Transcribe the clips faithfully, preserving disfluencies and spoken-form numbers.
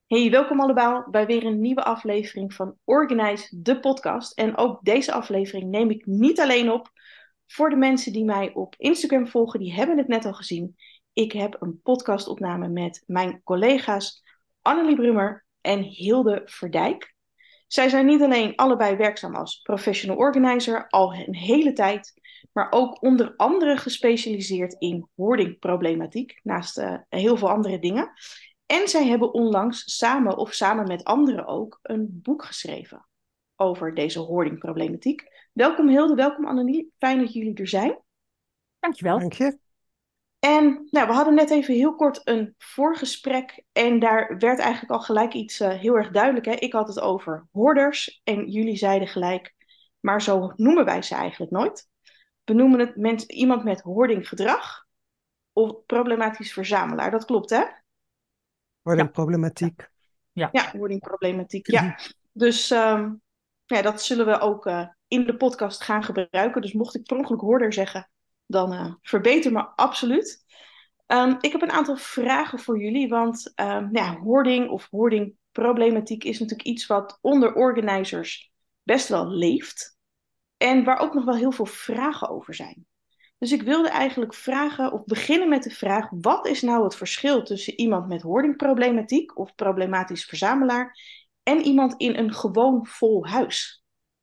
Hey, welkom allemaal bij weer een nieuwe aflevering van Organize, de podcast. En ook deze aflevering neem ik niet alleen op. Voor de mensen die mij op Instagram volgen, die hebben het net al gezien. Ik heb een podcastopname met mijn collega's Annelie Brummer en Hilde Verdijk. Zij zijn niet alleen allebei werkzaam als professional organizer al een hele tijd, maar ook onder andere gespecialiseerd in hoardingproblematiek, naast uh, heel veel andere dingen. En zij hebben onlangs samen of samen met anderen ook een boek geschreven over deze hoardingproblematiek. Welkom Hilde, welkom Annelie. Fijn dat jullie er zijn. Dankjewel. Dank je. En nou, we hadden net even heel kort een voorgesprek en daar werd eigenlijk al gelijk iets uh, heel erg duidelijk. Hè? Ik had het over hoorders en jullie zeiden gelijk, maar zo noemen wij ze eigenlijk nooit. We noemen het mens, iemand met hoardinggedrag of problematisch verzamelaar. Dat klopt, hè? Ja, Wordingproblematiek. ja. Ja, wordingproblematiek, ja. Dus um, ja, dat zullen we ook uh, in de podcast gaan gebruiken. Dus mocht ik per ongeluk hoorder zeggen, dan uh, verbeter me absoluut. Um, ik heb een aantal vragen voor jullie, want um, ja, hoarding of hoardingproblematiek is natuurlijk iets wat onder organizers best wel leeft. En waar ook nog wel heel veel vragen over zijn. Dus ik wilde eigenlijk vragen, of beginnen met de vraag: wat is nou het verschil tussen iemand met hoardingproblematiek of problematisch verzamelaar en iemand in een gewoon vol huis?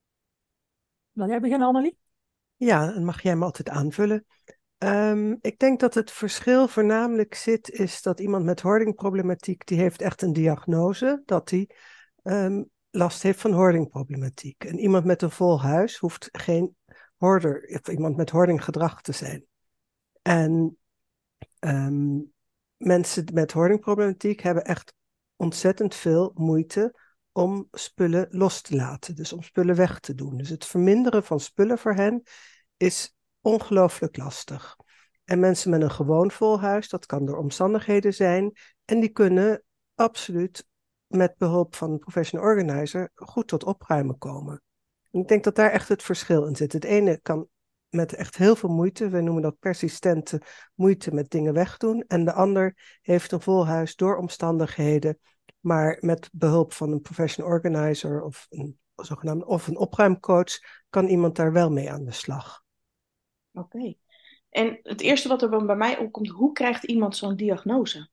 Wil jij beginnen, Annelie? Ja, dan mag jij me altijd aanvullen. Ehm, ik denk dat het verschil voornamelijk zit, is dat iemand met hoardingproblematiek, die heeft echt een diagnose, dat hij ehm, last heeft van hoardingproblematiek. En iemand met een vol huis hoeft geen hoorder, of iemand met hoardinggedrag te zijn. En ehm, mensen met hoardingproblematiek hebben echt ontzettend veel moeite om spullen los te laten, dus om spullen weg te doen. Dus het verminderen van spullen voor hen is ongelooflijk lastig. En mensen met een gewoon vol huis, dat kan door omstandigheden zijn, en die kunnen absoluut met behulp van een professional organizer goed tot opruimen komen. En ik denk dat daar echt het verschil in zit. Het ene kan met echt heel veel moeite, wij noemen dat persistente moeite met dingen wegdoen, en de ander heeft een vol huis door omstandigheden, maar met behulp van een professional organizer of een zogenaamde of een opruimcoach kan iemand daar wel mee aan de slag. Oké. Okay. En het eerste wat er bij mij opkomt: hoe krijgt iemand zo'n diagnose?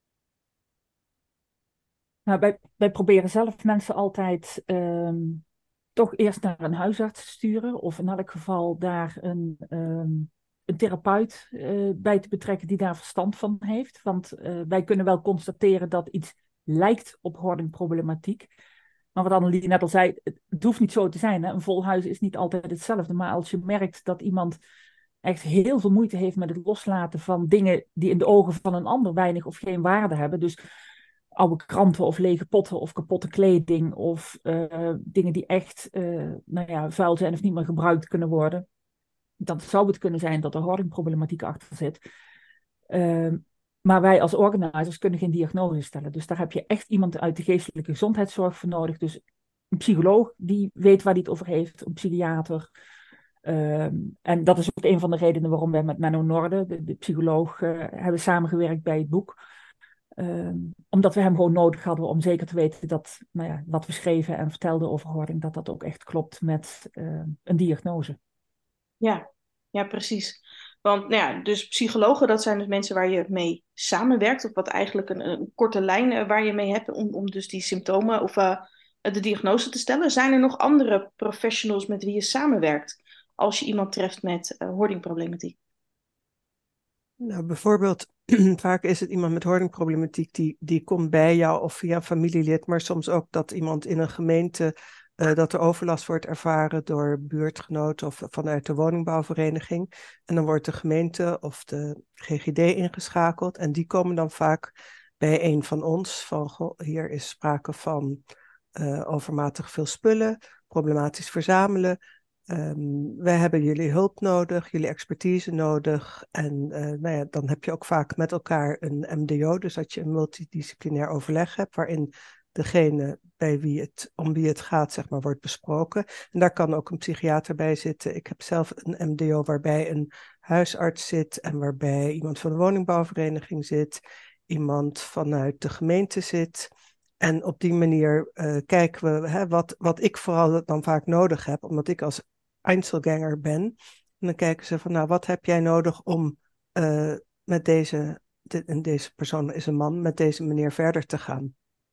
Nou, wij, wij proberen zelf mensen altijd um, toch eerst naar een huisarts te sturen. Of in elk geval daar een, um, een therapeut uh, bij te betrekken die daar verstand van heeft. Want uh, wij kunnen wel constateren dat iets lijkt op hoardingproblematiek. Maar wat Annelie net al zei, het, het hoeft niet zo te zijn. Hè? Een vol huis is niet altijd hetzelfde. Maar als je merkt dat iemand echt heel veel moeite heeft met het loslaten van dingen die in de ogen van een ander weinig of geen waarde hebben. Dus oude kranten of lege potten of kapotte kleding of uh, dingen die echt uh, nou ja, vuil zijn of niet meer gebruikt kunnen worden. Dan zou het kunnen zijn dat er hoardingproblematiek achter zit. Uh, maar wij als organizers kunnen geen diagnose stellen. Dus daar heb je echt iemand uit de geestelijke gezondheidszorg voor nodig. Dus een psycholoog die weet waar hij het over heeft, een psychiater. Uh, en dat is ook een van de redenen waarom wij met Menno Norde, de, de psycholoog, uh, hebben samengewerkt bij het boek. Um, omdat we hem gewoon nodig hadden om zeker te weten dat nou ja, wat we schreven en vertelden over hoarding, dat dat ook echt klopt met uh, een diagnose. Ja, ja, precies. Want nou ja, dus psychologen, dat zijn dus mensen waar je mee samenwerkt, of wat eigenlijk een, een korte lijn uh, waar je mee hebt om, om dus die symptomen of uh, de diagnose te stellen. Zijn er nog andere professionals met wie je samenwerkt als je iemand treft met uh, hoardingproblematiek? Nou, bijvoorbeeld, vaak is het iemand met hoardingproblematiek die, die komt bij jou of via een familielid, maar soms ook dat iemand in een gemeente, uh, dat er overlast wordt ervaren door buurtgenoten of vanuit de woningbouwvereniging. En dan wordt de gemeente of de G G D ingeschakeld en die komen dan vaak bij een van ons van, goh, hier is sprake van uh, overmatig veel spullen, problematisch verzamelen. Um, wij hebben jullie hulp nodig, jullie expertise nodig. En uh, nou ja, dan heb je ook vaak met elkaar een M D O, dus dat je een multidisciplinair overleg hebt, waarin degene bij wie het, om wie het gaat, zeg maar, wordt besproken. En daar kan ook een psychiater bij zitten. Ik heb zelf een M D O waarbij een huisarts zit en waarbij iemand van de woningbouwvereniging zit, iemand vanuit de gemeente zit. En op die manier uh, kijken we hè, wat, wat ik vooral dan vaak nodig heb, omdat ik als Einzelganger ben. En dan kijken ze van, nou, wat heb jij nodig om uh, met deze, de, en deze persoon is een man, met deze meneer verder te gaan.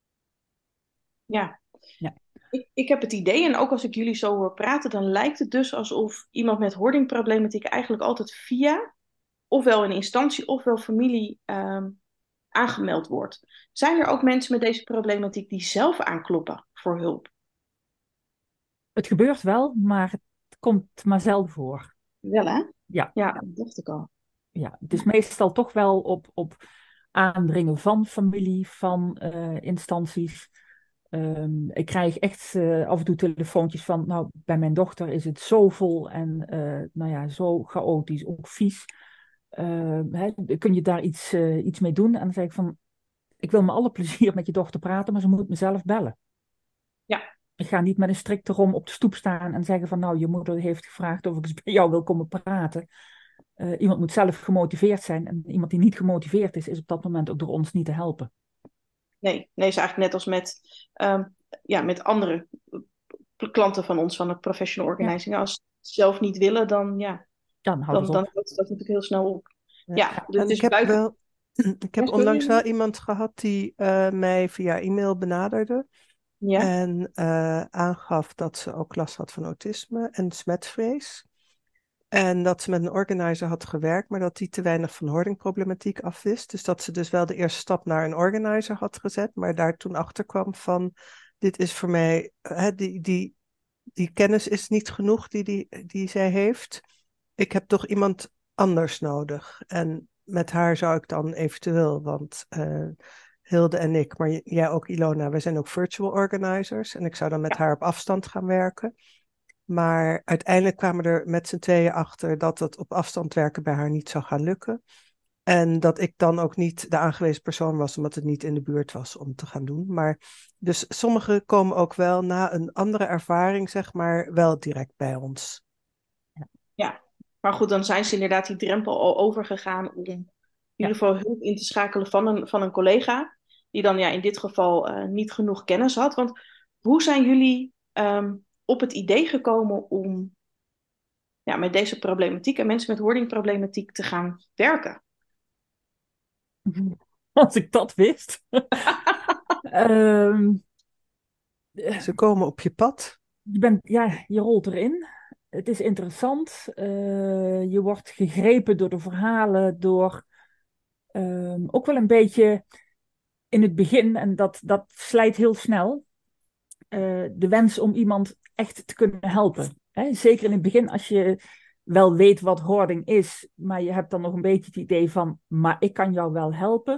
Ja, Ja. ik, ik heb het idee, en ook als ik jullie zo hoor praten, dan lijkt het dus alsof iemand met hoardingproblematiek eigenlijk altijd via ofwel een instantie ofwel familie um, aangemeld wordt. Zijn er ook mensen met deze problematiek die zelf aankloppen voor hulp? Het gebeurt wel, maar het komt maar zelden voor. Wel hè? Ja. Ja, dat dacht ik al. Ja, het is meestal toch wel op, op aandringen van familie, van uh, instanties. Um, ik krijg echt uh, af en toe telefoontjes van, nou, bij mijn dochter is het zo vol en uh, nou ja, zo chaotisch, ook vies. Uh, hè, kun je daar iets, uh, iets mee doen? En dan zeg ik van, ik wil met alle plezier met je dochter praten, maar ze moet mezelf bellen. Ja. Ik ga niet met een strikte rom op de stoep staan en zeggen van, nou, je moeder heeft gevraagd of ik eens bij jou wil komen praten. Uh, iemand moet zelf gemotiveerd zijn en iemand die niet gemotiveerd is, is op dat moment ook door ons niet te helpen. Nee, nee, is eigenlijk net als met, um, ja, met andere klanten van ons, van het professional organizing. Ja. Als ze zelf niet willen, dan ja, dan houdt dan, het op. dan dat natuurlijk heel snel op. Ja, ja dus en is ik heb buiten... wel, ik heb onlangs wel iemand gehad die uh, mij via e-mail benaderde. Ja. En uh, aangaf dat ze ook last had van autisme en smetvrees. En dat ze met een organizer had gewerkt, maar dat die te weinig van hoardingproblematiek afwist. Dus dat ze dus wel de eerste stap naar een organizer had gezet, maar daar toen achter kwam van, dit is voor mij, hè, die, die, die kennis is niet genoeg die, die, die zij heeft. Ik heb toch iemand anders nodig. En met haar zou ik dan eventueel, want uh, Hilde en ik, maar jij ook Ilona, wij zijn ook virtual organizers. En ik zou dan met haar op afstand gaan werken. Maar uiteindelijk kwamen we er met z'n tweeën achter dat het op afstand werken bij haar niet zou gaan lukken. En dat ik dan ook niet de aangewezen persoon was, omdat het niet in de buurt was om te gaan doen. Maar dus sommigen komen ook wel na een andere ervaring, zeg maar, wel direct bij ons. Ja, maar goed, dan zijn ze inderdaad die drempel al overgegaan om in ieder geval hulp in te schakelen van een, van een collega, die dan ja in dit geval uh, niet genoeg kennis had. Want hoe zijn jullie um, op het idee gekomen om ja, met deze problematiek en mensen met hoardingproblematiek te gaan werken? Als ik dat wist. um, Ze komen op je pad. Je bent, ja, je rolt erin. Het is interessant. Uh, je wordt gegrepen door de verhalen, door um, ook wel een beetje in het begin, en dat, dat slijt heel snel, uh, de wens om iemand echt te kunnen helpen. Hè? Zeker in het begin, als je wel weet wat hoarding is, maar je hebt dan nog een beetje het idee van, maar ik kan jou wel helpen.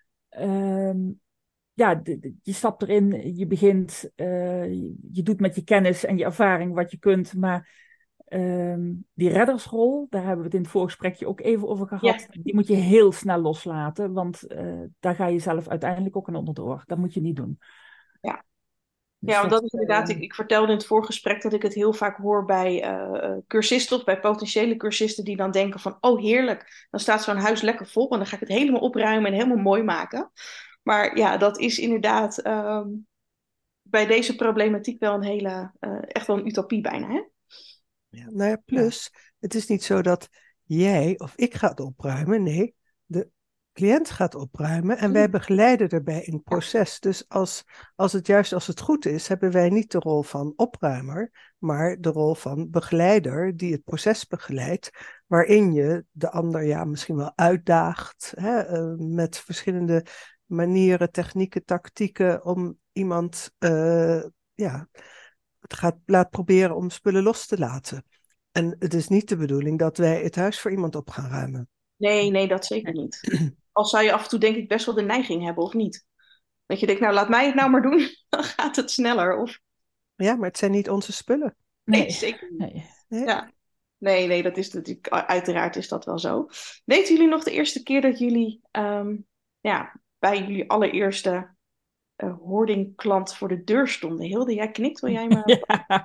Um, ja, de, de, je stapt erin, je begint, uh, je, je doet met je kennis en je ervaring wat je kunt, maar um, die reddersrol, daar hebben we het in het voorgesprekje ook even over gehad, ja. Die moet je heel snel loslaten, want uh, daar ga je zelf uiteindelijk ook aan onderdoor. Dat moet je niet doen. Ja. Dus ja, want dat is inderdaad, ik, ik vertelde in het voorgesprek dat ik het heel vaak hoor bij uh, cursisten of bij potentiële cursisten die dan denken van, oh heerlijk, dan staat zo'n huis lekker vol en dan ga ik het helemaal opruimen en helemaal mooi maken. Maar ja, dat is inderdaad um, bij deze problematiek wel een hele, uh, echt wel een utopie bijna, hè? Ja, nou ja, plus, ja. Het is niet zo dat jij of ik gaat opruimen, nee, de cliënt gaat opruimen en wij begeleiden erbij in het proces. Dus als, als het juist als het goed is, hebben wij niet de rol van opruimer, maar de rol van begeleider die het proces begeleidt, waarin je de ander ja misschien wel uitdaagt, hè, uh, met verschillende manieren, technieken, tactieken om iemand uh, ja, het gaat laat proberen om spullen los te laten. En het is niet de bedoeling dat wij het huis voor iemand op gaan ruimen. Nee, nee, dat zeker niet. Al zou je af en toe denk ik best wel de neiging hebben, of niet? Dat je denkt, nou laat mij het nou maar doen, dan gaat het sneller. Of... Ja, maar het zijn niet onze spullen. Nee, nee zeker niet. Nee. Nee. Ja. nee, nee, dat is natuurlijk, uiteraard is dat wel zo. Weten jullie nog de eerste keer dat jullie um, ja, bij jullie allereerste uh, hoardingklant voor de deur stonden? Hilde, jij knikt, wil jij maar... Ja.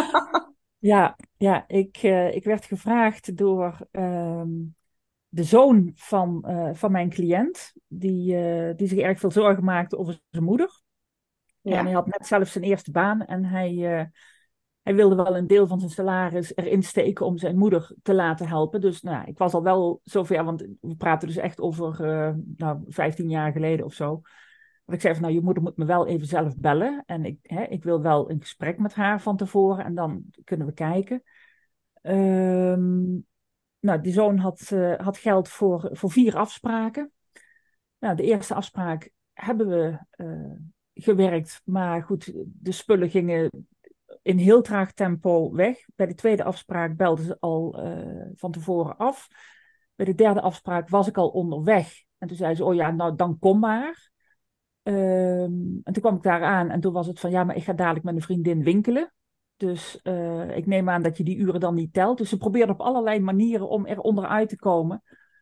ja, ja ik, uh, ik werd gevraagd door... Um... de zoon van, uh, van mijn cliënt, die, uh, die zich erg veel zorgen maakte over zijn moeder. Ja, en hij Ja, had net zelf zijn eerste baan en hij, eh, hij wilde wel een deel van zijn salaris erin steken om zijn moeder te laten helpen. Dus nou, ja, ik was al wel zover, want we praten dus echt over uh, nou, vijftien jaar geleden of zo. Dat ik zei van, nou, je moeder moet me wel even zelf bellen. En ik, hè, ik wil wel een gesprek met haar van tevoren en dan kunnen we kijken. Um, nou, die zoon had, uh, had geld voor, voor vier afspraken. Nou, de eerste afspraak hebben we uh, gewerkt, maar goed, de spullen gingen in heel traag tempo weg. Bij de tweede afspraak belden ze al uh, van tevoren af. Bij de derde afspraak was ik al onderweg. En toen zei ze, oh ja, nou dan kom maar. Um, en toen kwam ik daar aan en toen was het van, ja, maar ik ga dadelijk met een vriendin winkelen. Dus uh, ik neem aan dat je die uren dan niet telt. Dus ze probeerde op allerlei manieren om er onderuit te komen.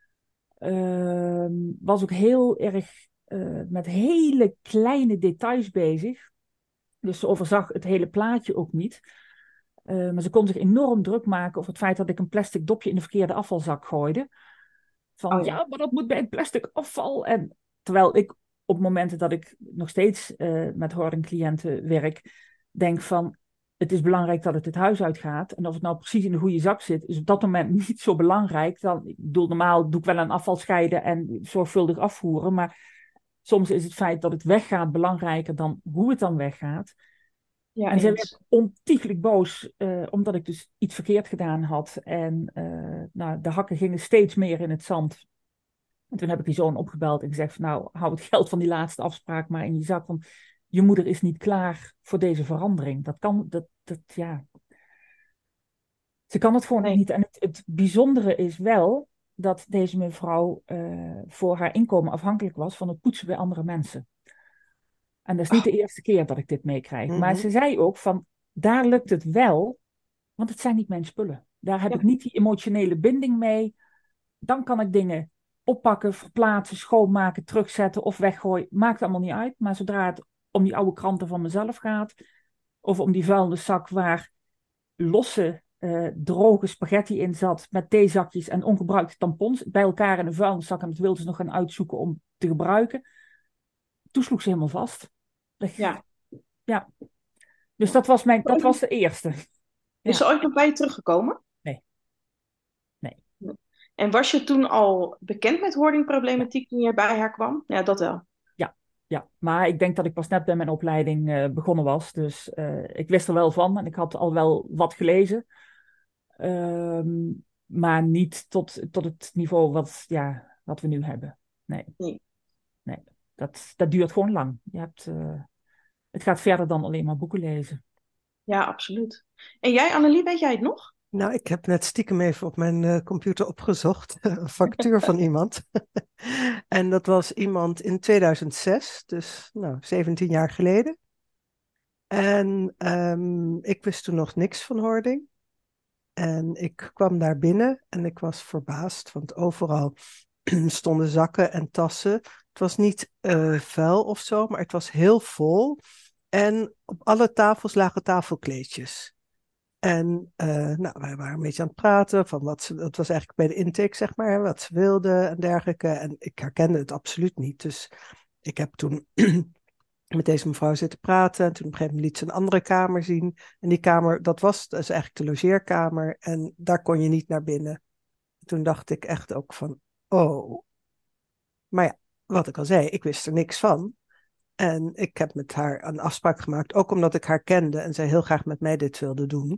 Uh, was ook heel erg uh, met hele kleine details bezig. Dus ze overzag het hele plaatje ook niet. Uh, maar ze kon zich enorm druk maken over het feit dat ik een plastic dopje in de verkeerde afvalzak gooide. Van oh ja. ja, maar dat moet bij het plastic afval. En terwijl ik op momenten dat ik nog steeds uh, met hoardingcliënten werk, denk van het is belangrijk dat het het huis uitgaat. En of het nou precies in de goede zak zit, is op dat moment niet zo belangrijk. Dan, ik bedoel, normaal doe ik wel een afval scheiden en zorgvuldig afvoeren. Maar soms is het feit dat het weggaat belangrijker dan hoe het dan weggaat. Ja, En zij eens. werd ontiegelijk boos, uh, omdat ik dus iets verkeerd gedaan had. En uh, nou, de hakken gingen steeds meer in het zand. En toen heb ik die zoon opgebeld en gezegd van, nou, hou het geld van die laatste afspraak maar in je zak. Want je moeder is niet klaar voor deze verandering. Dat kan, dat, dat ja. Ze kan het gewoon nog Nee. niet. En het, het bijzondere is wel dat deze mevrouw uh, voor haar inkomen afhankelijk was van het poetsen bij andere mensen. En dat is niet Oh, de eerste keer dat ik dit meekrijg. Mhm. Maar ze zei ook van, daar lukt het wel, want het zijn niet mijn spullen. Daar heb ja. ik niet die emotionele binding mee. Dan kan ik dingen oppakken, verplaatsen, schoonmaken, terugzetten of weggooien. Maakt allemaal niet uit. Maar zodra het om die oude kranten van mezelf gaat, of om die vuilniszak waar losse, uh, droge spaghetti in zat, met theezakjes en ongebruikte tampons, bij elkaar in een vuilniszak, en dat wilde ze nog gaan uitzoeken om te gebruiken. Toen sloeg ze helemaal vast. Ja. Ja. Dus dat was, mijn, dat was de eerste. Is Ja. ze ooit nog bij je teruggekomen? Nee. Nee. En was je toen al bekend met hoardingproblematiek toen je bij haar kwam? Ja, dat wel. Ja, ja. Maar ik denk dat ik pas net bij mijn opleiding uh, begonnen was. Dus uh, ik wist er wel van en ik had al wel wat gelezen. Um, maar niet tot, tot het niveau wat, ja, wat we nu hebben. Nee. Nee. Nee. Dat, dat duurt gewoon lang. Je hebt, uh, het gaat verder dan alleen maar boeken lezen. Ja, absoluut. En jij, Annelie, weet jij het nog? Nou, ik heb net stiekem even op mijn uh, computer opgezocht, een factuur van iemand. En dat was iemand in tweeduizend zes, dus nou, zeventien jaar geleden. En um, ik wist toen nog niks van hoarding. En ik kwam daar binnen en ik was verbaasd, want overal stonden zakken en tassen. Het was niet uh, vuil of zo, maar het was heel vol. En op alle tafels lagen tafelkleedjes. En uh, nou, wij waren een beetje aan het praten van wat ze, dat was eigenlijk bij de intake, zeg maar, hè, wat ze wilden en dergelijke. En ik herkende het absoluut niet. Dus ik heb toen met deze mevrouw zitten praten. En toen op een gegeven moment liet ze een andere kamer zien. En die kamer, dat was dus eigenlijk de logeerkamer. En daar kon je niet naar binnen. Toen dacht ik echt ook van, oh. Maar ja, wat ik al zei, ik wist er niks van. En ik heb met haar een afspraak gemaakt, ook omdat ik haar kende en zij heel graag met mij dit wilde doen.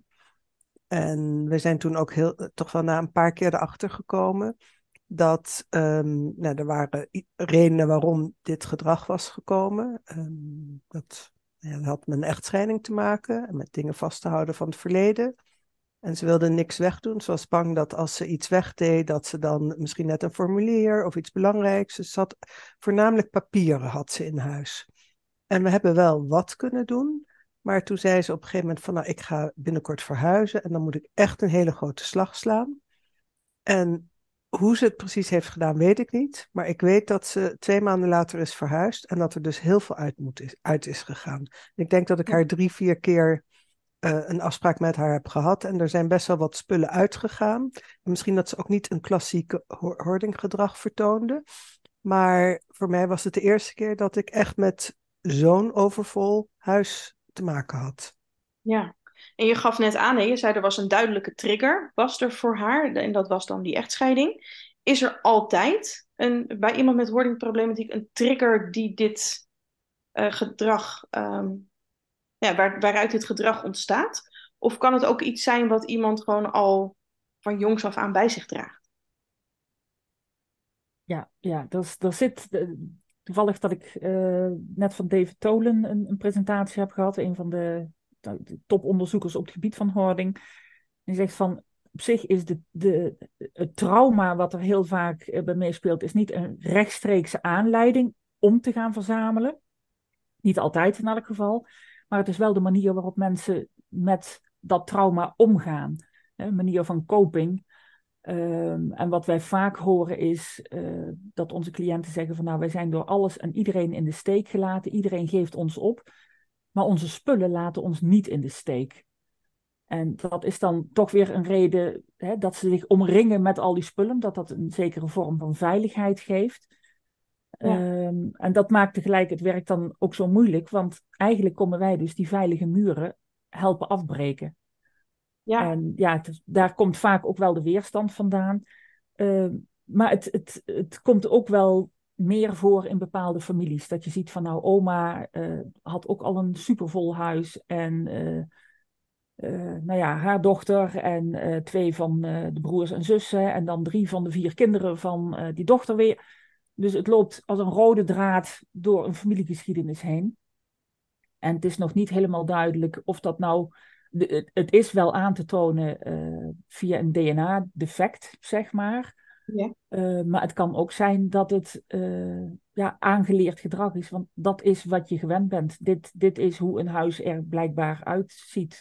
En we zijn toen ook heel, toch wel na een paar keer erachter gekomen dat um, nou, er waren redenen waarom dit gedrag was gekomen. Um, dat ja, had met een echtscheiding te maken en met dingen vast te houden van het verleden. En ze wilde niks wegdoen. Ze was bang dat als ze iets wegdeed, dat ze dan misschien net een formulier of iets belangrijks. Dus ze had voornamelijk papieren had ze in huis. En we hebben wel wat kunnen doen. Maar toen zei ze op een gegeven moment van, nou, ik ga binnenkort verhuizen en dan moet ik echt een hele grote slag slaan. En hoe ze het precies heeft gedaan, weet ik niet. Maar ik weet dat ze twee maanden later is verhuisd en dat er dus heel veel uit, moet is, uit is gegaan. Ik denk dat ik haar drie, vier keer uh, een afspraak met haar heb gehad en er zijn best wel wat spullen uitgegaan. En misschien dat ze ook niet een klassieke hoardinggedrag vertoonde. Maar voor mij was het de eerste keer dat ik echt met zo'n overvol huis te maken had. Ja, en je gaf net aan, hè, je zei er was een duidelijke trigger, was er voor haar, en dat was dan die echtscheiding. Is er altijd een, bij iemand met wordingproblematiek een trigger die dit eh, gedrag, ehm, ja, waar, waaruit dit gedrag ontstaat? Of kan het ook iets zijn wat iemand gewoon al van jongs af aan bij zich draagt? Ja, ja, er, er zit eh, toevallig dat ik eh, net van David Tolen een, een presentatie heb gehad, een van de, de toponderzoekers op het gebied van hoarding. Die zegt van, op zich is de, de, het trauma wat er heel vaak eh, bij meespeelt, is niet een rechtstreekse aanleiding om te gaan verzamelen. Niet altijd in elk geval, maar het is wel de manier waarop mensen met dat trauma omgaan. Een manier van coping. Um, en wat wij vaak horen is uh, dat onze cliënten zeggen van nou, wij zijn door alles en iedereen in de steek gelaten. Iedereen geeft ons op, maar onze spullen laten ons niet in de steek. En dat is dan toch weer een reden hè, dat ze zich omringen met al die spullen, dat dat een zekere vorm van veiligheid geeft. Ja. Um, en dat maakt tegelijk het werk dan ook zo moeilijk, want eigenlijk komen wij dus die veilige muren helpen afbreken. Ja, En ja, het is- daar komt vaak ook wel de weerstand vandaan. Uh, maar het, het, het komt ook wel meer voor in bepaalde families. Dat je ziet van nou, oma uh, had ook al een supervol huis. En uh, uh, nou ja, haar dochter en uh, twee van uh, de broers en zussen. En dan drie van de vier kinderen van uh, die dochter weer. Dus het loopt als een rode draad door een familiegeschiedenis heen. En het is nog niet helemaal duidelijk of dat nou... De, het, het is wel aan te tonen uh, via een D N A-defect, zeg maar. ja. Uh, maar het kan ook zijn dat het uh, ja, aangeleerd gedrag is. Want dat is wat je gewend bent. Dit, dit is hoe een huis er blijkbaar uitziet.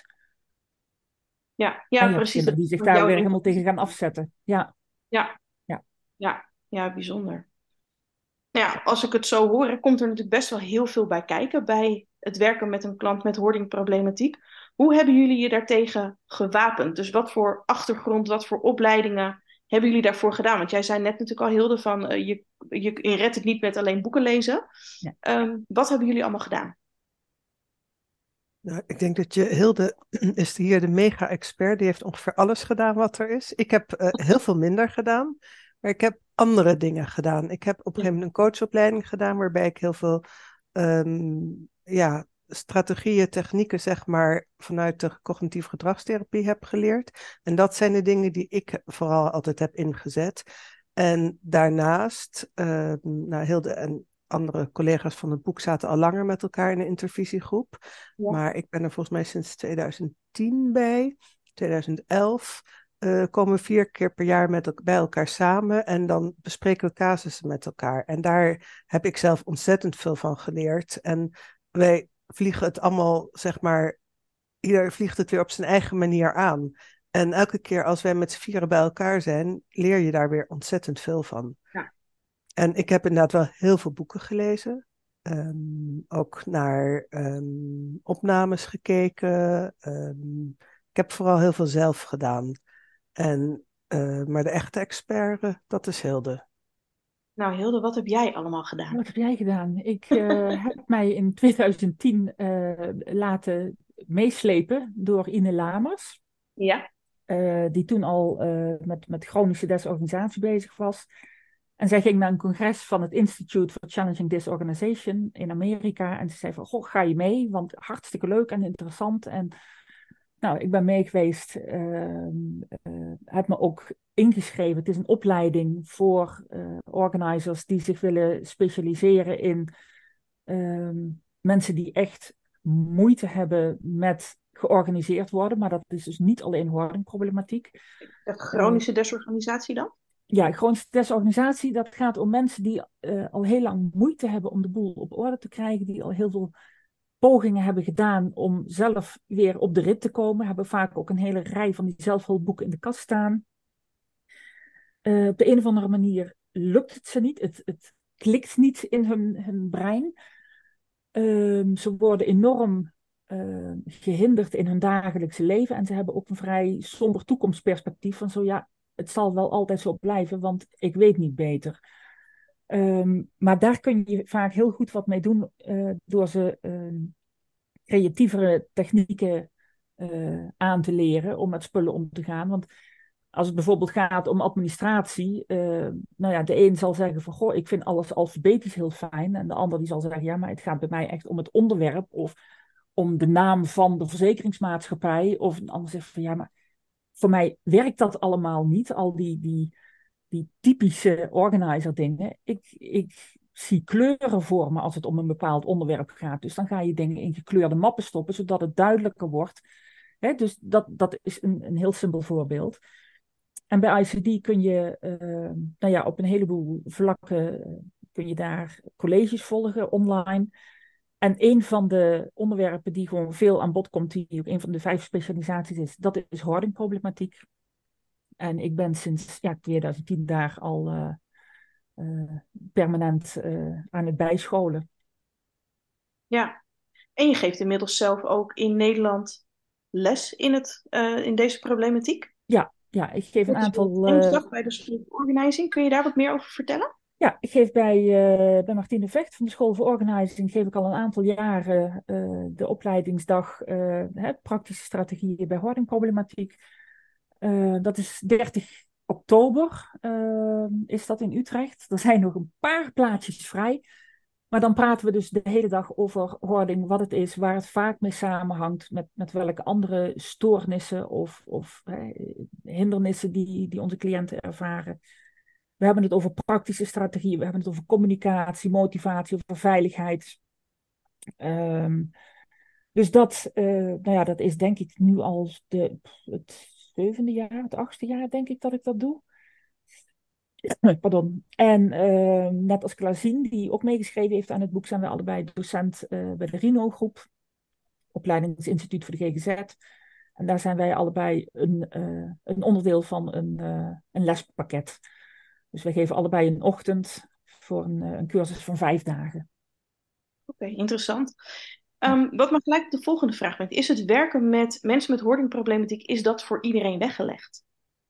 Ja, En ja, je hebt precies. kinderen die zich Dat daar jouw weer helemaal tegen intuïtie. gaan afzetten. Ja, Ja, ja. ja, ja, bijzonder. Nou ja, als ik het zo hoor, komt er natuurlijk best wel heel veel bij kijken bij het werken met een klant met hoardingproblematiek. Hoe hebben jullie je daartegen gewapend? Dus wat voor achtergrond, wat voor opleidingen hebben jullie daarvoor gedaan? Want jij zei net natuurlijk al, Hilde, van uh, je, je, je redt het niet met alleen boeken lezen. Ja. Um, wat hebben jullie allemaal gedaan? Nou, ik denk dat je Hilde is hier de mega-expert. Die heeft ongeveer alles gedaan wat er is. Ik heb uh, heel veel minder gedaan, maar ik heb andere dingen gedaan. Ik heb op een gegeven moment een coachopleiding gedaan, waarbij ik heel veel um, ja, strategieën, technieken, zeg maar, vanuit de cognitieve gedragstherapie heb geleerd. En dat zijn de dingen die ik vooral altijd heb ingezet. En daarnaast, uh, nou, Hilde en andere collega's van het boek zaten al langer met elkaar in een intervisiegroep. Ja. Maar ik ben er volgens mij sinds twintig tien bij. twintig elf uh, komen we vier keer per jaar met el- bij elkaar samen. En dan bespreken we casussen met elkaar. En daar heb ik zelf ontzettend veel van geleerd. En wij vliegen het allemaal, zeg maar, ieder vliegt het weer op zijn eigen manier aan. En elke keer als wij met z'n vieren bij elkaar zijn, leer je daar weer ontzettend veel van. Ja. En ik heb inderdaad wel heel veel boeken gelezen. Um, ook naar um, opnames gekeken. Um, ik heb vooral heel veel zelf gedaan. En, uh, maar de echte expert, uh, dat is Hilde. Nou, Hilde, wat heb jij allemaal gedaan? Wat heb jij gedaan? Ik uh, heb mij in twintig tien uh, laten meeslepen door Ine Lamers. Ja. Uh, die toen al uh, met, met chronische desorganisatie bezig was. En zij ging naar een congres van het Institute for Challenging Disorganization in Amerika. En ze zei van, goh, ga je mee? Want hartstikke leuk en interessant. En nou, ik ben mee geweest. Uh, uh, heb me ook ingeschreven. Het is een opleiding voor uh, organizers die zich willen specialiseren in uh, mensen die echt moeite hebben met georganiseerd worden. Maar dat is dus niet alleen hoardingproblematiek. De chronische uh, desorganisatie dan? Ja, chronische desorganisatie, dat gaat om mensen die uh, al heel lang moeite hebben om de boel op orde te krijgen, die al heel veel pogingen hebben gedaan om zelf weer op de rit te komen, hebben vaak ook een hele rij van die zelfhulpboeken in de kast staan. Uh, op de een of andere manier lukt het ze niet, het, het klikt niet in hun, hun brein. Uh, ze worden enorm uh, gehinderd in hun dagelijkse leven en ze hebben ook een vrij somber toekomstperspectief van zo ja, het zal wel altijd zo blijven, want ik weet niet beter. Um, maar daar kun je vaak heel goed wat mee doen uh, door ze uh, creatievere technieken uh, aan te leren om met spullen om te gaan. Want als het bijvoorbeeld gaat om administratie, uh, nou ja, de een zal zeggen van, goh, ik vind alles alfabetisch heel fijn. En de ander die zal zeggen, ja, maar het gaat bij mij echt om het onderwerp of om de naam van de verzekeringsmaatschappij. Of een ander zegt van, ja, maar voor mij werkt dat allemaal niet, al die, die, die typische organizer dingen. Ik, ik zie kleuren voor me als het om een bepaald onderwerp gaat. Dus dan ga je dingen in gekleurde mappen stoppen, zodat het duidelijker wordt. Hè, dus dat, dat is een, een heel simpel voorbeeld. En bij I C D kun je uh, nou ja, op een heleboel vlakken uh, kun je daar colleges volgen online. En een van de onderwerpen die gewoon veel aan bod komt, die ook een van de vijf specialisaties is, dat is hoardingproblematiek. En ik ben sinds ja, twintig tien daar al uh, uh, permanent uh, aan het bijscholen. Ja, en je geeft inmiddels zelf ook in Nederland les in, het, uh, in deze problematiek. Ja, ja, ik geef een aantal... Woensdag bij de School of Organizing. Kun je daar wat meer over vertellen? Ja, ik geef bij, uh, bij Martine Vecht van de School for Organizing geef ik al een aantal jaren uh, de opleidingsdag uh, hè, praktische strategieën bij hoardingproblematiek. Uh, dat is dertig oktober, uh, is dat in Utrecht. Er zijn nog een paar plaatsjes vrij. Maar dan praten we dus de hele dag over hoarding, wat het is, waar het vaak mee samenhangt, met, met welke andere stoornissen of, of hè, hindernissen die, die onze cliënten ervaren. We hebben het over praktische strategieën, we hebben het over communicatie, motivatie, over veiligheid. Um, dus dat, uh, nou ja, dat is denk ik nu al de, het zevende jaar, het achtste jaar denk ik dat ik dat doe. Pardon. En uh, net als Klazien, die ook meegeschreven heeft aan het boek, zijn we allebei docent uh, bij de Rino-groep, opleidingsinstituut voor de G G Z. En daar zijn wij allebei een, uh, een onderdeel van een, uh, een lespakket. Dus wij geven allebei een ochtend voor een, een cursus van vijf dagen. Oké, okay, interessant. Um, wat me gelijk de volgende vraag brengt. Is het werken met mensen met hoardingproblematiek, is dat voor iedereen weggelegd?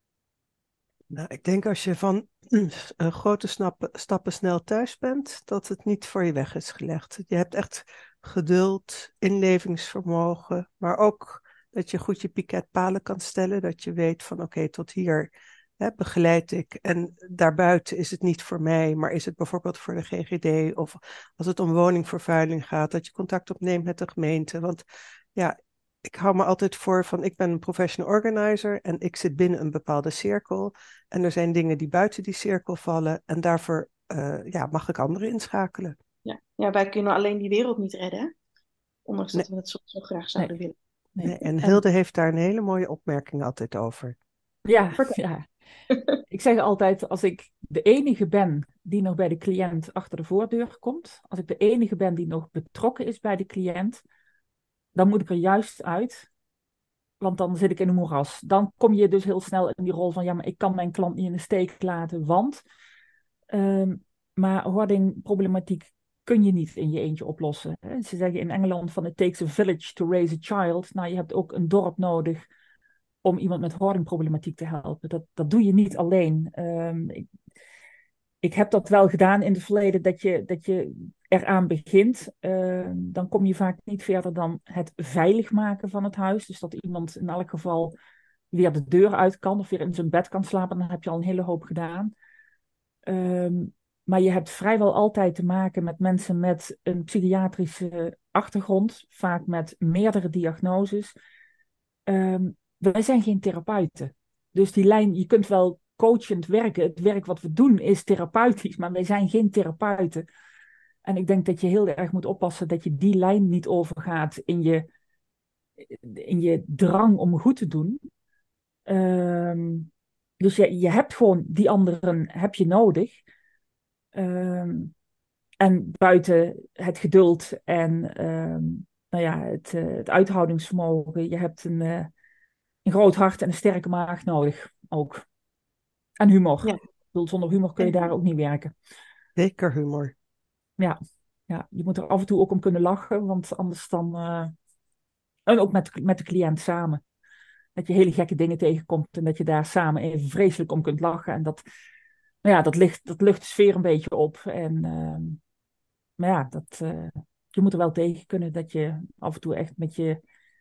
Nou, ik denk als je van uh, grote snappen, stappen snel thuis bent, dat het niet voor je weg is gelegd. Je hebt echt geduld, inlevingsvermogen, maar ook dat je goed je piketpalen kan stellen. Dat je weet van oké, okay, tot hier hè, begeleid ik. En daarbuiten is het niet voor mij, maar is het bijvoorbeeld voor de G G D. Of als het om woningvervuiling gaat, dat je contact opneemt met de gemeente. Want ja, ik hou me altijd voor van, ik ben een professional organizer en ik zit binnen een bepaalde cirkel. En er zijn dingen die buiten die cirkel vallen en daarvoor uh, ja, mag ik anderen inschakelen. Ja. ja, wij kunnen alleen die wereld niet redden, hè? Ondanks nee. dat we het zo, zo graag zouden nee. willen. Nee. Nee. En Hilde en... heeft daar een hele mooie opmerking altijd over. Ja, ja. Ik zeg altijd, als ik de enige ben die nog bij de cliënt achter de voordeur komt, als ik de enige ben die nog betrokken is bij de cliënt, dan moet ik er juist uit, want dan zit ik in een moeras. Dan kom je dus heel snel in die rol van, ja, maar ik kan mijn klant niet in de steek laten, want... Um, maar hoardingproblematiek kun je niet in je eentje oplossen. Hè? Ze zeggen in Engeland van it takes a village to raise a child. Nou, je hebt ook een dorp nodig om iemand met hoardingproblematiek te helpen. Dat, dat doe je niet alleen. Um, ik, ik heb dat wel gedaan in het verleden, dat je, dat je eraan begint. Uh, dan kom je vaak niet verder dan het veilig maken van het huis. Dus dat iemand in elk geval weer de deur uit kan of weer in zijn bed kan slapen. Dan heb je al een hele hoop gedaan. Um, maar je hebt vrijwel altijd te maken met mensen met een psychiatrische achtergrond, vaak met meerdere diagnoses. Um, wij zijn geen therapeuten. Dus die lijn, je kunt wel coachend werken. Het werk wat we doen is therapeutisch, maar wij zijn geen therapeuten. En ik denk dat je heel erg moet oppassen dat je die lijn niet overgaat in je, in je drang om goed te doen. Um, dus je, je hebt gewoon die anderen heb je nodig. Um, en buiten het geduld en um, nou ja, het, uh, het uithoudingsvermogen, je hebt een, uh, een groot hart en een sterke maag nodig ook. En humor. Ja. Ik bedoel, zonder humor kun je daar ook niet werken. Zeker humor. Ja, ja, je moet er af en toe ook om kunnen lachen, want anders dan... Uh, en ook met, met de cliënt samen. Dat je hele gekke dingen tegenkomt en dat je daar samen even vreselijk om kunt lachen. En dat, ja, dat ligt, dat lucht de sfeer een beetje op. En, ehm, maar ja, dat, eh, je moet er wel tegen kunnen dat je af en toe echt met je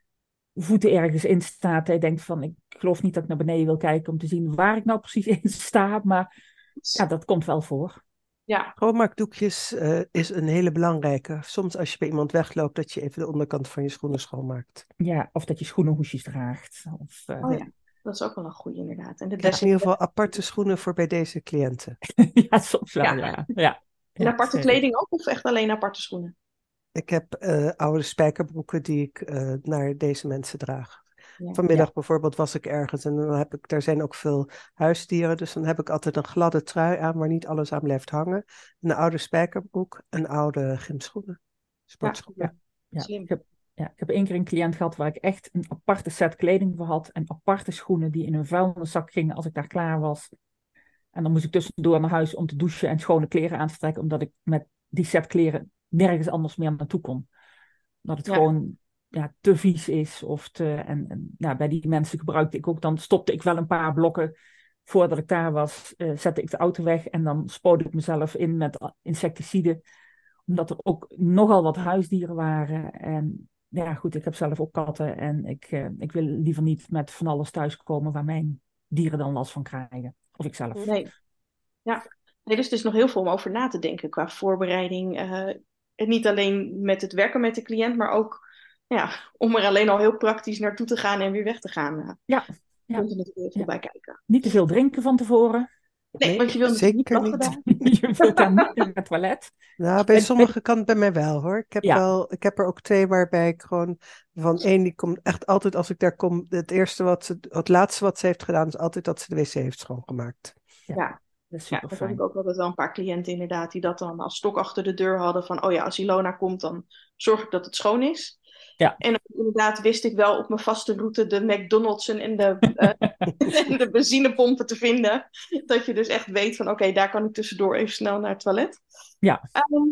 voeten ergens in staat. En je denkt van, ik geloof niet dat ik naar beneden wil kijken om te zien waar ik nou precies in sta. Maar ja, dat komt wel voor. Ja, Schoonmaakdoekjes eh, is een hele belangrijke. Soms als je bij iemand wegloopt, dat je even de onderkant van je schoenen schoonmaakt. Ja, of dat je schoenenhoesjes draagt. Of, eh, oh ja, dat is ook wel een goede inderdaad. En de Ik heb in ieder geval desinfectie. aparte schoenen voor bij deze cliënten. ja, soms wel, Ja, ja. Ja, en ja, aparte zeker. kleding ook of echt alleen aparte schoenen? Ik heb eh, oude spijkerbroeken die ik eh, naar deze mensen draag. Ja. Ja, Vanmiddag bijvoorbeeld was ik ergens en dan heb ik, daar zijn ook veel huisdieren, dus dan heb ik altijd een gladde trui aan waar niet alles aan blijft hangen. Een oude spijkerbroek, een oude gymschoenen, Ja, sportschoenen. ja. Ik slim. heb, ja, ik heb één keer een cliënt gehad waar ik echt een aparte set kleding voor had. En aparte schoenen die in een vuilniszak gingen als ik daar klaar was. En dan moest ik tussendoor naar huis om te douchen en schone kleren aan te trekken. Omdat ik met die set kleren nergens anders meer naartoe kon. Dat het Ja, gewoon ja, te vies is. Of te, en en ja, bij die mensen gebruikte ik ook, dan stopte ik wel een paar blokken. Voordat ik daar was, eh, zette ik de auto weg. En dan spoot ik mezelf in met insecticiden. Omdat er ook nogal wat huisdieren waren. En ja, goed, ik heb zelf ook katten. En ik, eh, ik wil liever niet met van alles thuiskomen waar mijn dieren dan last van krijgen. Of ik zelf. nee. Ja. Nee, dus er is nog heel veel om over na te denken qua voorbereiding. eh, en niet alleen met het werken met de cliënt, maar ook ja, om er alleen al heel praktisch naartoe te gaan en weer weg te gaan. Uh, Ja, komt ja, er natuurlijk heel veel ja. bij kijken. Niet te veel drinken van tevoren. Nee, want Nee, je wil natuurlijk niet zeker lachen niet. daar. Je wilt daar niet in het toilet. Nou, bij En, en- sommigen kan het bij mij wel hoor. Ik heb ja, wel, ik heb er ook twee waarbij ik gewoon van één die komt echt altijd als ik daar kom. Het eerste wat ze, het laatste wat ze heeft gedaan is altijd dat ze de wc heeft schoongemaakt. ja, Ja, dat is ja, super dat heb ik fijn. ook altijd wel een paar cliënten inderdaad, die dat dan als stok achter de deur hadden van, oh ja, als Ilona komt, dan zorg ik dat het schoon is. Ja, En ook inderdaad wist ik wel op mijn vaste route de McDonald's en de, eh, en de benzinepompen te vinden. Dat je dus echt weet van, oké, daar kan ik tussendoor even snel naar het toilet. ja, Ehm,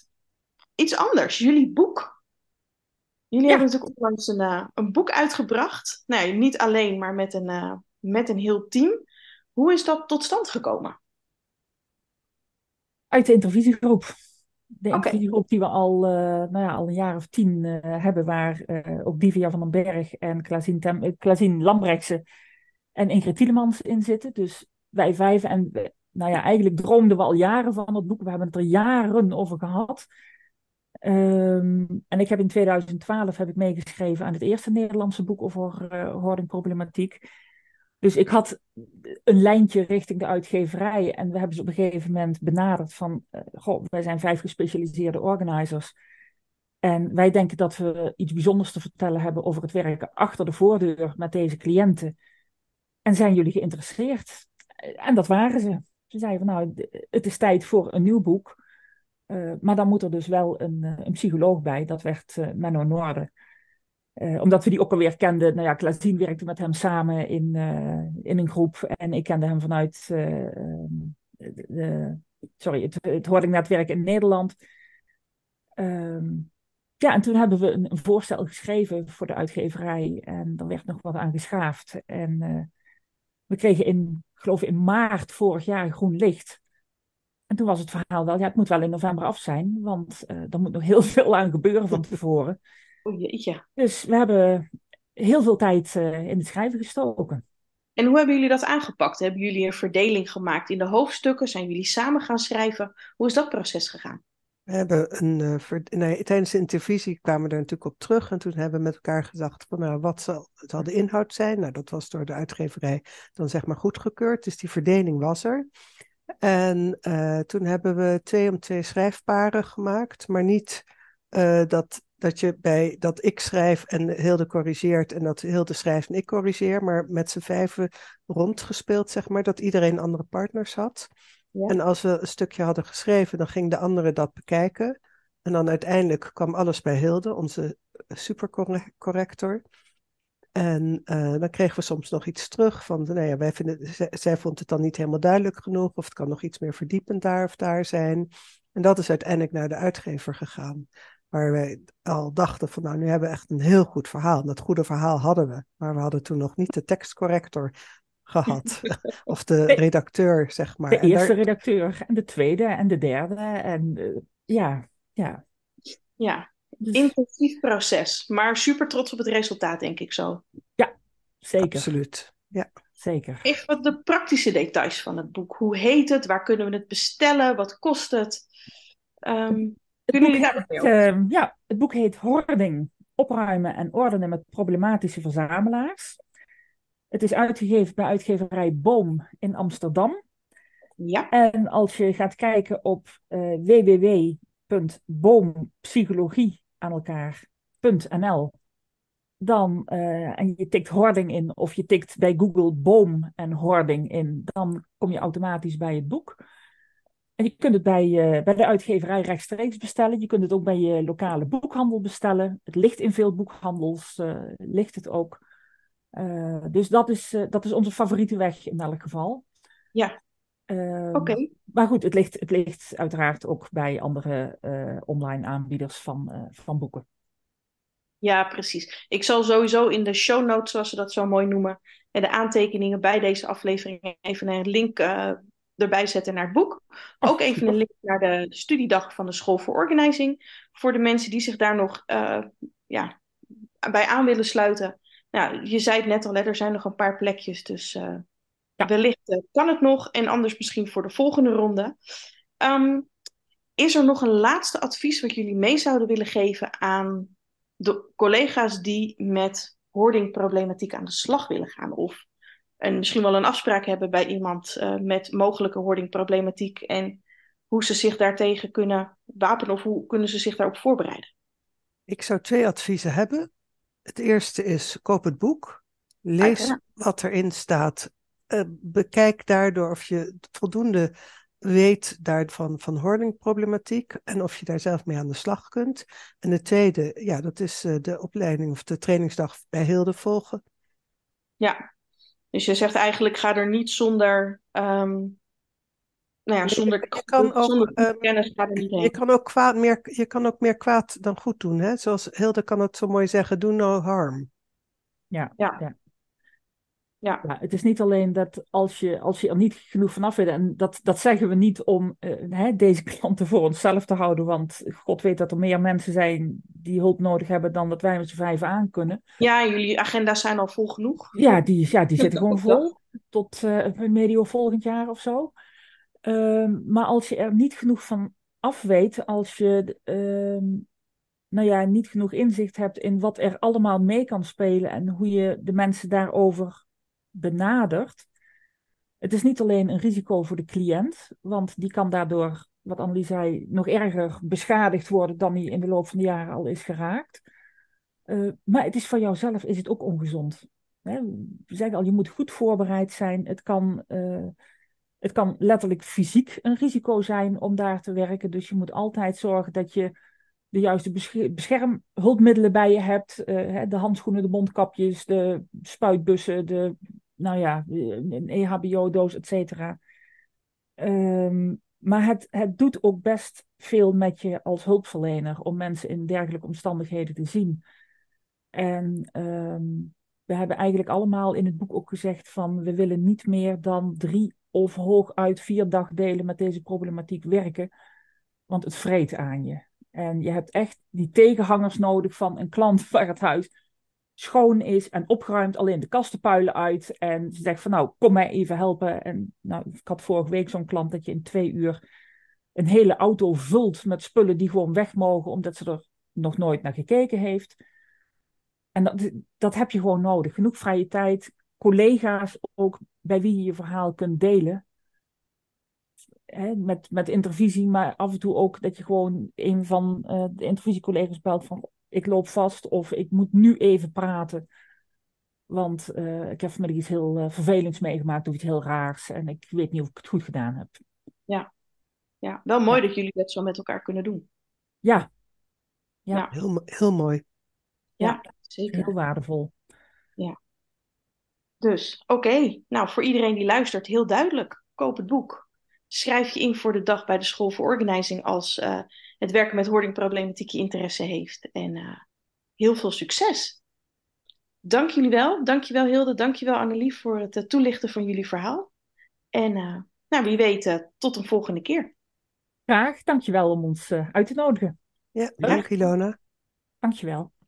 iets anders, jullie boek. Jullie hebben ja. natuurlijk onlangs een, eh, een boek uitgebracht. Nee, niet alleen, maar met een, eh, met een heel team. Hoe is dat tot stand gekomen? Uit de intervisiegroep. De Oké, intervisiegroep die we al, eh, nou ja, al een jaar of tien eh, hebben, waar eh, ook Divya van den Berg en Klazien, Tem- eh, Klazien Lambrechtse en Ingrid Tielemans in zitten. Dus wij vijf. En we- nou ja, eigenlijk droomden we al jaren van het boek. We hebben het er jaren over gehad. Ehm, en ik heb in tweeduizend twaalf heb ik meegeschreven aan het eerste Nederlandse boek over uh, hoardingproblematiek. Dus ik had een lijntje richting de uitgeverij. En we hebben ze op een gegeven moment benaderd van, uh, goh, wij zijn vijf gespecialiseerde organizers. En wij denken dat we iets bijzonders te vertellen hebben over het werken achter de voordeur met deze cliënten. En zijn jullie geïnteresseerd? En dat waren ze. Ze zeiden van, nou, het is tijd voor een nieuw boek. Uh, maar dan moet er dus wel een, uh, een psycholoog bij. Dat werd uh, Menno Noorden. Uh, omdat we die ook alweer kenden. Nou ja, Klazien werkte met hem samen in, uh, in een groep. En ik kende hem vanuit uh, de, de, sorry, het, het hoordingnetwerk in Nederland. Um, ja, en toen hebben we een, een voorstel geschreven voor de uitgeverij. En er werd nog wat aan geschaafd. En uh, we kregen in, geloof ik, in maart vorig jaar groen licht. En toen was het verhaal wel, ja, het moet wel in november af zijn, want uh, er moet nog heel veel aan gebeuren van tevoren. o jeetje. Dus we hebben heel veel tijd uh, in het schrijven gestoken. En hoe hebben jullie dat aangepakt? Hebben jullie een verdeling gemaakt in de hoofdstukken? Zijn jullie samen gaan schrijven? Hoe is dat proces gegaan? We hebben een, uh, ver... nee, tijdens de intervisie kwamen we er natuurlijk op terug en toen hebben we met elkaar gedacht van nou, wat zal, zal de inhoud zijn? Nou, dat was door de uitgeverij dan zeg maar goedgekeurd, dus die verdeling was er. En uh, toen hebben we twee om twee schrijfparen gemaakt, maar niet uh, dat, dat, je bij, dat ik schrijf en Hilde corrigeert en dat Hilde schrijft en ik corrigeer, maar met z'n vijven rondgespeeld, zeg maar, dat iedereen andere partners had. Ja. En als we een stukje hadden geschreven, dan ging de andere dat bekijken. En dan uiteindelijk kwam alles bij Hilde, onze supercorrector. En uh, dan kregen we soms nog iets terug van, nou ja, wij vinden, z- zij vond het dan niet helemaal duidelijk genoeg, of het kan nog iets meer verdiepend daar of daar zijn. En dat is uiteindelijk naar de uitgever gegaan, waar wij al dachten van, nou, nu hebben we echt een heel goed verhaal. En dat goede verhaal hadden we, maar we hadden toen nog niet de tekstcorrector gehad. Of de De, redacteur, zeg maar. de En eerste daar, redacteur en de tweede en de derde. En uh, ja, ja. Ja, Dus, intensief proces, maar super trots op het resultaat, denk ik zo. ja, zeker. absoluut. Ja. Zeker. Even wat de praktische details van het boek. Hoe heet het? Waar kunnen we het bestellen? Wat kost het? Um, Het kunnen boek jullie daar nog heet, meer over? uh, ja, het boek heet Hoarding, opruimen en ordenen met problematische verzamelaars. Het is uitgegeven bij uitgeverij Boom in Amsterdam. Ja. En als je gaat kijken op uh, w w w punt boompsychologie aan elkaar punt n l, dan, uh, en je tikt hoarding in, of je tikt bij Google boom en hoarding in, dan kom je automatisch bij het boek. En je kunt het bij, uh, bij de uitgeverij rechtstreeks bestellen. Je kunt het ook bij je lokale boekhandel bestellen. Het ligt in veel boekhandels, uh, ligt het ook. Uh, dus dat is, uh, dat is onze favoriete weg in elk geval. Ja, uh, oké. Okay. Maar goed, het ligt, het ligt uiteraard ook bij andere uh, online aanbieders van, uh, van boeken. Ja, precies. Ik zal sowieso in de show notes, zoals ze dat zo mooi noemen, en de aantekeningen bij deze aflevering even een link uh, erbij zetten naar het boek. Oh, ook even super. een link naar de studiedag van de School voor Organizing. Voor de mensen die zich daar nog uh, ja, bij aan willen sluiten. Nou, je zei het net al, hè, er zijn nog een paar plekjes, dus uh, ja. wellicht uh, kan het nog. En anders misschien voor de volgende ronde. Um, is er nog een laatste advies wat jullie mee zouden willen geven aan de collega's die met hoardingproblematiek aan de slag willen gaan? Of en misschien wel een afspraak hebben bij iemand uh, met mogelijke hoardingproblematiek en hoe ze zich daartegen kunnen wapenen of hoe kunnen ze zich daarop voorbereiden? Ik zou twee adviezen hebben. Het eerste is, koop het boek. Lees Uiteraard. wat erin staat. Uh, bekijk daardoor of je voldoende weet daarvan van hoardingproblematiek en of je daar zelf mee aan de slag kunt. En de tweede, ja, dat is uh, de opleiding of de trainingsdag bij Hilde volgen. Ja, dus je zegt eigenlijk ga er niet zonder, um, nou ja, zonder, je kan ook, zonder um, kennis ga er niet heen. Je kan ook, kwaad, meer, je kan ook meer kwaad dan goed doen. Hè? Zoals Hilde kan het zo mooi zeggen, do no harm. Ja, ja. ja. Ja. Ja, het is niet alleen dat als je, als je er niet genoeg vanaf weet, en dat, dat zeggen we niet om uh, hè, deze klanten voor onszelf te houden, want God weet dat er meer mensen zijn die hulp nodig hebben dan dat wij met z'n vijven aan kunnen. Ja, jullie agenda's zijn al vol genoeg. Ja, die, ja, die zitten gewoon vol tot uh, medio volgend jaar of zo. Uh, maar als je er niet genoeg van af weet, als je uh, nou ja, niet genoeg inzicht hebt in wat er allemaal mee kan spelen en hoe je de mensen daarover benadert. Het is niet alleen een risico voor de cliënt, want die kan daardoor, wat Annelies zei, nog erger beschadigd worden dan hij in de loop van de jaren al is geraakt. Uh, maar het is voor jouzelf is het ook ongezond. Hè? We zeggen al, je moet goed voorbereid zijn. Het kan, uh, het kan letterlijk fysiek een risico zijn om daar te werken. Dus je moet altijd zorgen dat je de juiste beschermhulpmiddelen bij je hebt. Uh, de handschoenen, de mondkapjes, de spuitbussen, de, nou ja, een E H B O-doos, et cetera. Um, maar het, het doet ook best veel met je als hulpverlener om mensen in dergelijke omstandigheden te zien. En um, we hebben eigenlijk allemaal in het boek ook gezegd van we willen niet meer dan drie of hooguit vier dagdelen met deze problematiek werken, want het vreet aan je. En je hebt echt die tegenhangers nodig van een klant waar het huis schoon is en opgeruimd, alleen de kastenpuilen uit. En ze zegt van nou, kom mij even helpen. En nou, ik had vorige week zo'n klant dat je in twee uur een hele auto vult met spullen die gewoon weg mogen, omdat ze er nog nooit naar gekeken heeft. En dat, dat heb je gewoon nodig. Genoeg vrije tijd, collega's ook bij wie je je verhaal kunt delen. Hè, met, met intervisie, maar af en toe ook dat je gewoon een van uh, de intervisiecollega's belt van ik loop vast of ik moet nu even praten. Want uh, ik heb vanmiddag iets heel uh, vervelends meegemaakt of iets heel raars en ik weet niet of ik het goed gedaan heb. Ja, ja. Wel mooi ja. dat jullie dat zo met elkaar kunnen doen. Ja. Ja, ja. Heel, heel mooi. Ja, ja, zeker. Heel waardevol. Ja. Dus, oké. Okay. Nou, voor iedereen die luistert, heel duidelijk. Koop het boek. Schrijf je in voor de dag bij de School voor Organizing als uh, het werken met hoardingproblematiek je interesse heeft. En uh, heel veel succes. Dank jullie wel. Dank je wel Hilde. Dank je wel Annelie voor het uh, toelichten van jullie verhaal. En uh, nou, wie weet, uh, tot een volgende keer. Graag, dankjewel om ons uh, uit te nodigen. Ja, dank Ilona. Dankjewel.